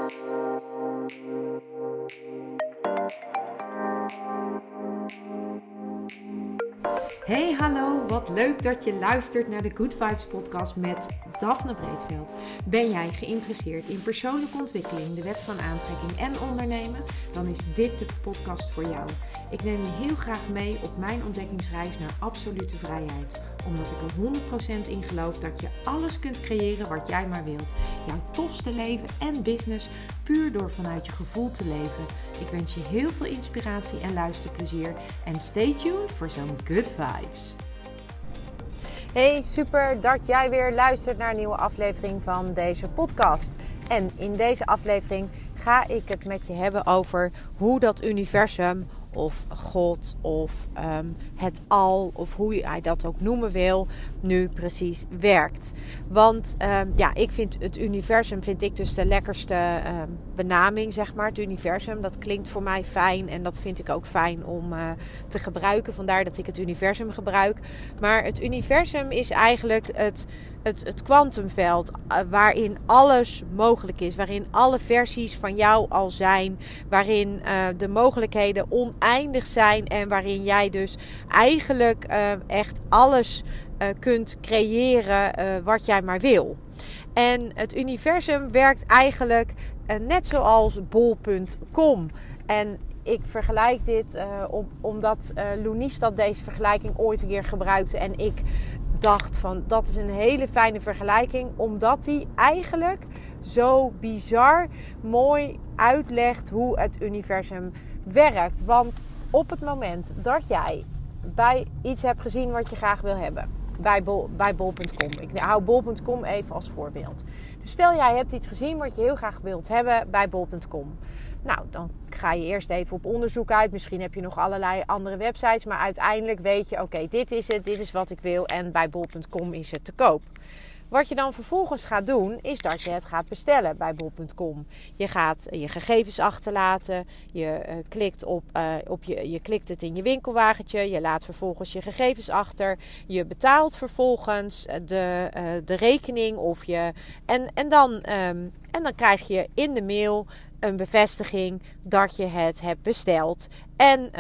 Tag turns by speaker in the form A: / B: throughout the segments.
A: Hey, hallo, wat leuk dat je luistert naar de Good Vibes podcast met Daphne Breedveld. Ben jij geïnteresseerd in persoonlijke ontwikkeling, de wet van aantrekking en ondernemen? Dan is dit de podcast voor jou. Ik neem je heel graag mee op mijn ontdekkingsreis naar absolute vrijheid. Omdat ik er 100% in geloof dat je alles kunt creëren wat jij maar wilt. Jouw tofste leven en business puur door vanuit je gevoel te leven. Ik wens je heel veel inspiratie en luisterplezier. En stay tuned voor zo'n good vibes.
B: Hey, super dat jij weer luistert naar een nieuwe aflevering van deze podcast. En in deze aflevering ga ik het met je hebben over hoe dat universum of God of het al of hoe jij dat ook noemen wil, nu precies werkt. Want ik vind het universum dus de lekkerste benaming, zeg maar. Het universum, dat klinkt voor mij fijn en dat vind ik ook fijn om te gebruiken. Vandaar dat ik het universum gebruik. Maar het universum is eigenlijk het kwantumveld waarin alles mogelijk is. Waarin alle versies van jou al zijn. Waarin de mogelijkheden oneindig zijn. En waarin jij dus eigenlijk echt alles kunt creëren wat jij maar wil. En het universum werkt eigenlijk net zoals bol.com. En ik vergelijk dit omdat Loenies dat deze vergelijking ooit een keer gebruikte. En ik dacht van dat is een hele fijne vergelijking. Omdat hij eigenlijk zo bizar mooi uitlegt hoe het universum werkt. Want op het moment dat jij bij iets hebt gezien wat je graag wil hebben. Bij bol.com. Ik hou bol.com even als voorbeeld. Dus stel jij hebt iets gezien wat je heel graag wilt hebben bij bol.com. Nou, dan ga je eerst even op onderzoek uit. Misschien heb je nog allerlei andere websites. Maar uiteindelijk weet je, oké, dit is het. Dit is wat ik wil. En bij bol.com is het te koop. Wat je dan vervolgens gaat doen, is dat je het gaat bestellen bij bol.com. Je gaat je gegevens achterlaten. Je klikt het in je winkelwagentje. Je laat vervolgens je gegevens achter. Je betaalt vervolgens de rekening. En dan krijg je in de mail een bevestiging dat je het hebt besteld. En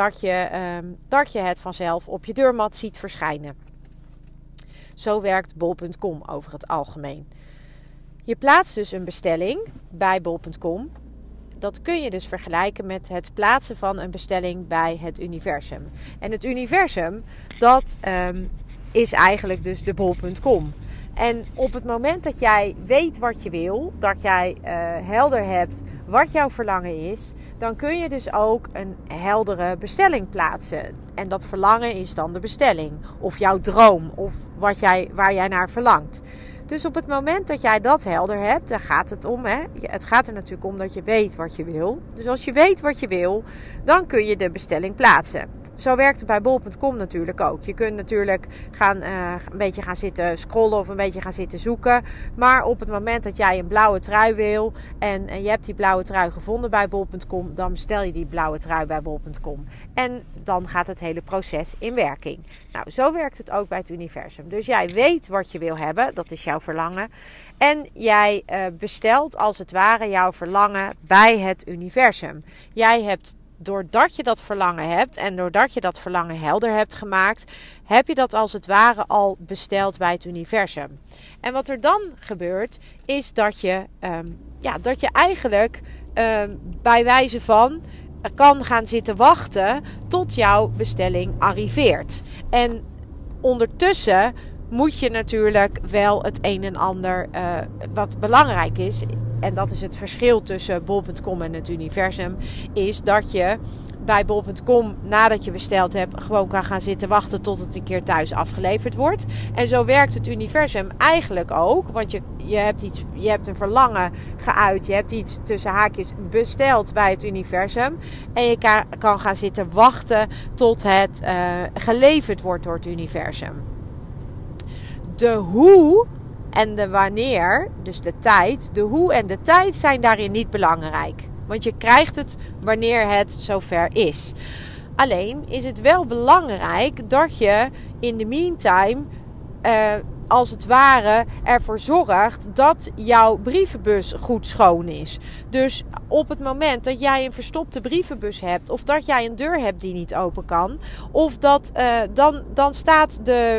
B: dat je het vanzelf op je deurmat ziet verschijnen. Zo werkt bol.com over het algemeen. Je plaatst dus een bestelling bij bol.com. Dat kun je dus vergelijken met het plaatsen van een bestelling bij het universum. En het universum, dat is eigenlijk dus de bol.com. En op het moment dat jij weet wat je wil, dat jij helder hebt wat jouw verlangen is, dan kun je dus ook een heldere bestelling plaatsen. En dat verlangen is dan de bestelling of jouw droom of waar jij naar verlangt. Dus op het moment dat jij dat helder hebt, daar gaat het om. Hè? Het gaat er natuurlijk om dat je weet wat je wil. Dus als je weet wat je wil, dan kun je de bestelling plaatsen. Zo werkt het bij bol.com natuurlijk ook. Je kunt natuurlijk een beetje gaan zitten scrollen of een beetje gaan zitten zoeken. Maar op het moment dat jij een blauwe trui wil en je hebt die blauwe trui gevonden bij bol.com, dan bestel je die blauwe trui bij bol.com. En dan gaat het hele proces in werking. Nou, zo werkt het ook bij het universum. Dus jij weet wat je wil hebben, dat is jouw verlangen. En jij bestelt als het ware jouw verlangen bij het universum. Jij hebt, doordat je dat verlangen hebt en doordat je dat verlangen helder hebt gemaakt, heb je dat als het ware al besteld bij het universum. En wat er dan gebeurt, is dat je eigenlijk bij wijze van kan gaan zitten wachten tot jouw bestelling arriveert. En ondertussen moet je natuurlijk wel het een en ander wat belangrijk is. En dat is het verschil tussen bol.com en het universum. Is dat je bij bol.com nadat je besteld hebt gewoon kan gaan zitten wachten tot het een keer thuis afgeleverd wordt. En zo werkt het universum eigenlijk ook. Want je hebt een verlangen geuit. Je hebt iets tussen haakjes besteld bij het universum. En je kan gaan zitten wachten tot het geleverd wordt door het universum. De hoe en de wanneer, dus de tijd, de hoe en de tijd zijn daarin niet belangrijk. Want je krijgt het wanneer het zover is. Alleen is het wel belangrijk dat je in de meantime als het ware ervoor zorgt dat jouw brievenbus goed schoon is. Dus op het moment dat jij een verstopte brievenbus hebt, of dat jij een deur hebt die niet open kan, of dat dan staat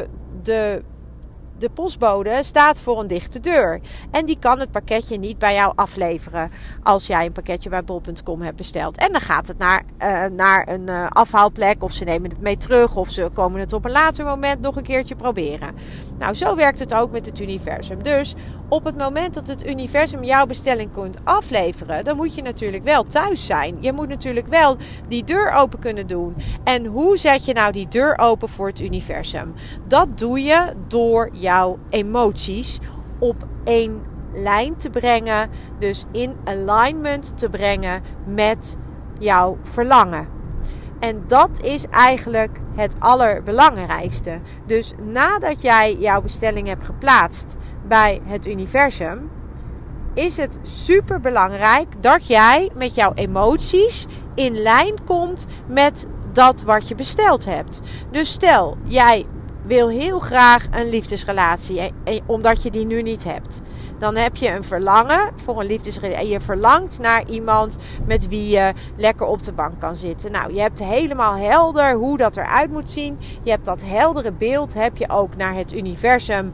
B: de postbode staat voor een dichte deur. En die kan het pakketje niet bij jou afleveren als jij een pakketje bij bol.com hebt besteld. En dan gaat het naar een afhaalplek, of ze nemen het mee terug, of ze komen het op een later moment nog een keertje proberen. Nou, zo werkt het ook met het universum. Dus op het moment dat het universum jouw bestelling kunt afleveren, dan moet je natuurlijk wel thuis zijn. Je moet natuurlijk wel die deur open kunnen doen. En hoe zet je nou die deur open voor het universum? Dat doe je door jouw emoties op één lijn te brengen. Dus in alignment te brengen met jouw verlangen. En dat is eigenlijk het allerbelangrijkste. Dus nadat jij jouw bestelling hebt geplaatst bij het universum, is het super belangrijk dat jij met jouw emoties in lijn komt met dat wat je besteld hebt. Dus stel, jij wil heel graag een liefdesrelatie, omdat je die nu niet hebt. Dan heb je een verlangen voor een liefdesrelatie. En je verlangt naar iemand met wie je lekker op de bank kan zitten. Nou, je hebt helemaal helder hoe dat eruit moet zien. Je hebt dat heldere beeld, heb je ook naar het universum,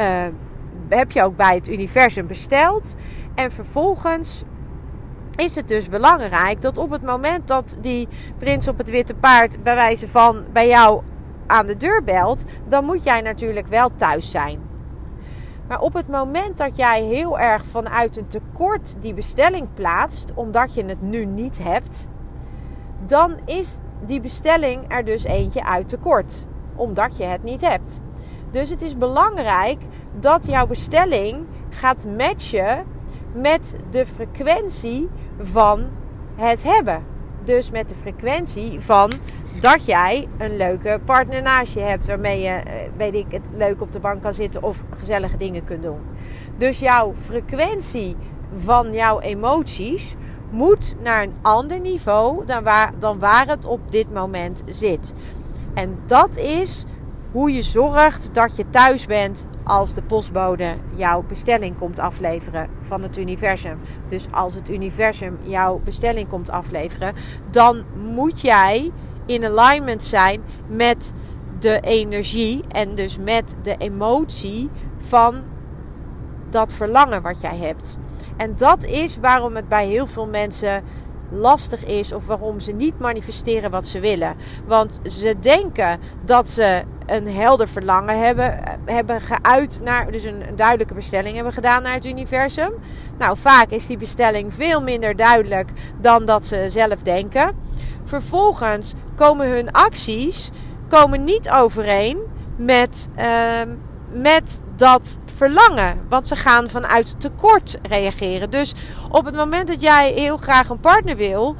B: heb je ook bij het universum besteld. En vervolgens is het dus belangrijk dat op het moment dat die prins op het witte paard bij wijze van bij jou aan de deur belt, dan moet jij natuurlijk wel thuis zijn. Maar op het moment dat jij heel erg vanuit een tekort die bestelling plaatst, omdat je het nu niet hebt, dan is die bestelling er dus eentje uit tekort, omdat je het niet hebt. Dus het is belangrijk dat jouw bestelling gaat matchen met de frequentie van het hebben. Dus met de frequentie van dat jij een leuke partner naast je hebt, waarmee je, leuk op de bank kan zitten of gezellige dingen kunt doen. Dus jouw frequentie van jouw emoties moet naar een ander niveau dan waar het op dit moment zit. En dat is hoe je zorgt dat je thuis bent als de postbode jouw bestelling komt afleveren van het universum. Dus als het universum jouw bestelling komt afleveren, dan moet jij in alignment zijn met de energie en dus met de emotie van dat verlangen wat jij hebt. En dat is waarom het bij heel veel mensen lastig is, of waarom ze niet manifesteren wat ze willen. Want ze denken dat ze een helder verlangen hebben geuit naar, dus een duidelijke bestelling hebben gedaan naar het universum. Nou, vaak is die bestelling veel minder duidelijk dan dat ze zelf denken. Vervolgens komen hun acties niet overeen met dat verlangen. Want ze gaan vanuit tekort reageren. Dus op het moment dat jij heel graag een partner wil,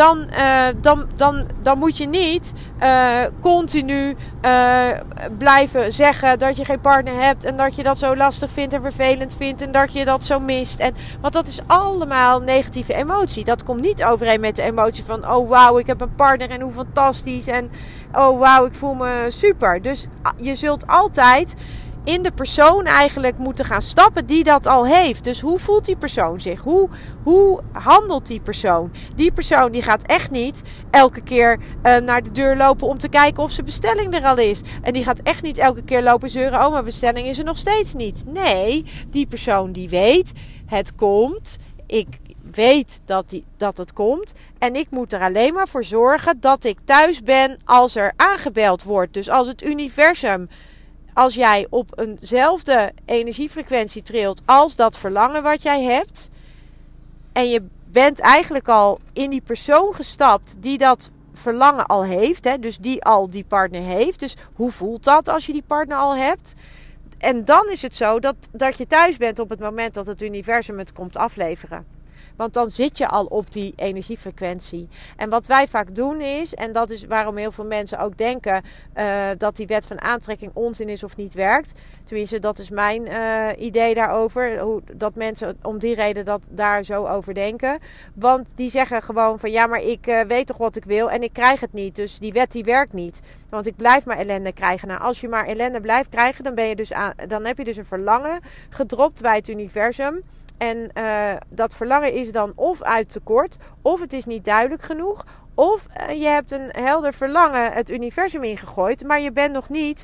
B: dan moet je niet continu blijven zeggen dat je geen partner hebt en dat je dat zo lastig vindt en vervelend vindt en dat je dat zo mist. Want dat is allemaal negatieve emotie. Dat komt niet overeen met de emotie van oh wauw, ik heb een partner en hoe fantastisch en oh wauw, ik voel me super. Dus je zult altijd in de persoon eigenlijk moeten gaan stappen die dat al heeft. Dus hoe voelt die persoon zich? Hoe handelt die persoon? Die persoon die gaat echt niet elke keer naar de deur lopen om te kijken of zijn bestelling er al is. En die gaat echt niet elke keer lopen zeuren, oh, mijn bestelling is er nog steeds niet. Nee, die persoon die weet, het komt. Ik weet dat het komt. En ik moet er alleen maar voor zorgen dat ik thuis ben als er aangebeld wordt. Dus als het universum, als jij op eenzelfde energiefrequentie trilt als dat verlangen wat jij hebt, en je bent eigenlijk al in die persoon gestapt die dat verlangen al heeft, hè, dus die al die partner heeft. Dus hoe voelt dat als je die partner al hebt? En dan is het zo dat je thuis bent op het moment dat het universum het komt afleveren. Want dan zit je al op die energiefrequentie. En wat wij vaak doen is, en dat is waarom heel veel mensen ook denken dat die wet van aantrekking onzin is of niet werkt. Tenminste, dat is mijn idee daarover. Dat mensen om die reden daar zo over denken. Want die zeggen gewoon van ja, maar ik weet toch wat ik wil en ik krijg het niet. Dus die wet die werkt niet. Want ik blijf maar ellende krijgen. Nou, als je maar ellende blijft krijgen, dan heb je dus een verlangen gedropt bij het universum. En dat verlangen is dan of uit tekort, of het is niet duidelijk genoeg, of je hebt een helder verlangen het universum ingegooid, maar je bent nog niet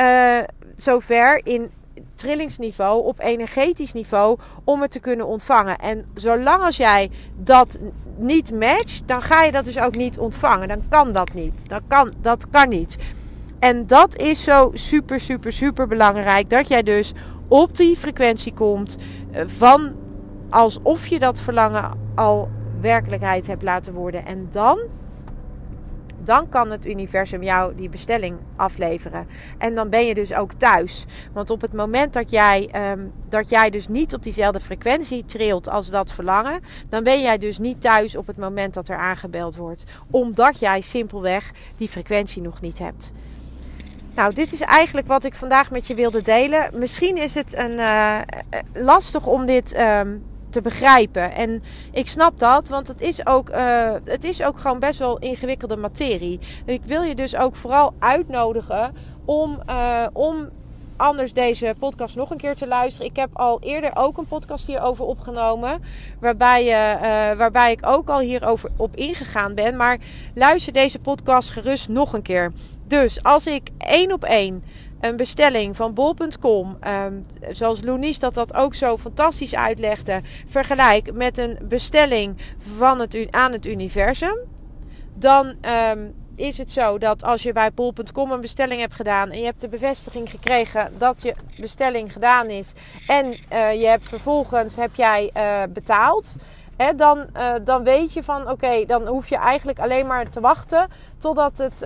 B: zover in trillingsniveau, op energetisch niveau, om het te kunnen ontvangen. En zolang als jij dat niet matcht, dan ga je dat dus ook niet ontvangen. Dan kan dat niet. Dat kan niet. En dat is zo super, super, super belangrijk, dat jij dus op die frequentie komt van alsof je dat verlangen al werkelijkheid hebt laten worden. En dan kan het universum jou die bestelling afleveren. En dan ben je dus ook thuis. Want op het moment dat jij dus niet op diezelfde frequentie trilt als dat verlangen, dan ben jij dus niet thuis op het moment dat er aangebeld wordt. Omdat jij simpelweg die frequentie nog niet hebt. Nou, dit is eigenlijk wat ik vandaag met je wilde delen. Misschien is het lastig om dit te begrijpen. En ik snap dat, want het is ook gewoon best wel ingewikkelde materie. Ik wil je dus ook vooral uitnodigen om anders deze podcast nog een keer te luisteren. Ik heb al eerder ook een podcast hierover opgenomen, waarbij ik ook al hierover op ingegaan ben. Maar luister deze podcast gerust nog een keer. Dus als ik 1-op-1 een bestelling van bol.com, zoals Loenies dat ook zo fantastisch uitlegde, vergelijk met een bestelling aan het universum, dan is het zo dat als je bij bol.com een bestelling hebt gedaan en je hebt de bevestiging gekregen dat je bestelling gedaan is en vervolgens heb jij betaald, dan weet je van oké, dan hoef je eigenlijk alleen maar te wachten totdat het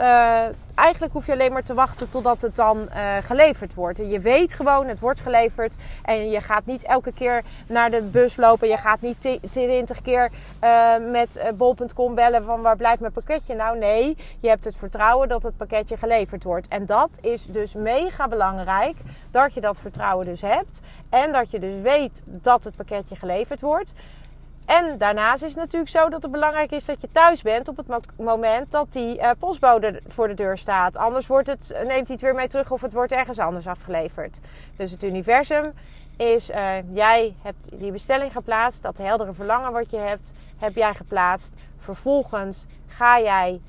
B: dan geleverd wordt. En je weet gewoon, het wordt geleverd. En je gaat niet elke keer naar de bus lopen. Je gaat niet 20 keer met bol.com bellen van waar blijft mijn pakketje nou? Nee, je hebt het vertrouwen dat het pakketje geleverd wordt. En dat is dus mega belangrijk, dat je dat vertrouwen dus hebt. En dat je dus weet dat het pakketje geleverd wordt. En daarnaast is het natuurlijk zo dat het belangrijk is dat je thuis bent op het moment dat die postbode voor de deur staat. Anders neemt hij het weer mee terug of het wordt ergens anders afgeleverd. Dus het universum is, jij hebt die bestelling geplaatst. Dat heldere verlangen wat je hebt, heb jij geplaatst. Vervolgens ga jij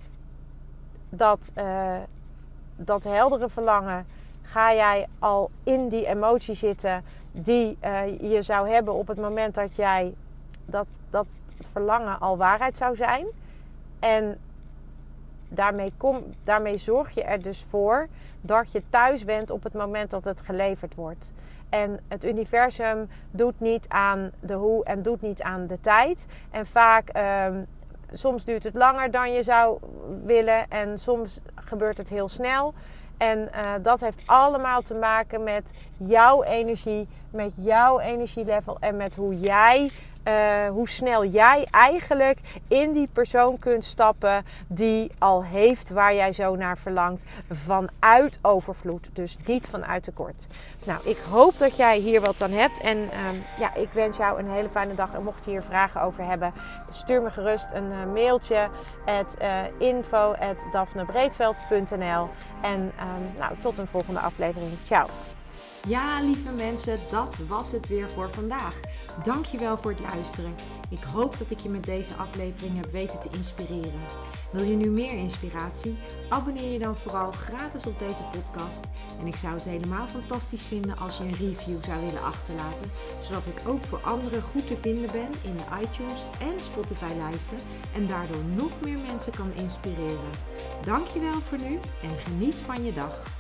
B: dat heldere verlangen, ga jij al in die emotie zitten die je zou hebben op het moment dat jij dat verlangen al waarheid zou zijn. En daarmee zorg je er dus voor dat je thuis bent op het moment dat het geleverd wordt. En het universum doet niet aan de hoe en doet niet aan de tijd. En vaak, soms duurt het langer dan je zou willen. En soms gebeurt het heel snel. En dat heeft allemaal te maken met jouw energie, met jouw energielevel en met hoe snel jij eigenlijk in die persoon kunt stappen die al heeft waar jij zo naar verlangt, vanuit overvloed, dus niet vanuit tekort. Nou, ik hoop dat jij hier wat aan hebt en ik wens jou een hele fijne dag. En mocht je hier vragen over hebben, stuur me gerust een mailtje info@daphnebreedveld.nl en tot een volgende aflevering. Ciao!
A: Ja, lieve mensen, dat was het weer voor vandaag. Dankjewel voor het luisteren. Ik hoop dat ik je met deze aflevering heb weten te inspireren. Wil je nu meer inspiratie? Abonneer je dan vooral gratis op deze podcast. En ik zou het helemaal fantastisch vinden als je een review zou willen achterlaten, zodat ik ook voor anderen goed te vinden ben in de iTunes en Spotify lijsten en daardoor nog meer mensen kan inspireren. Dankjewel voor nu en geniet van je dag.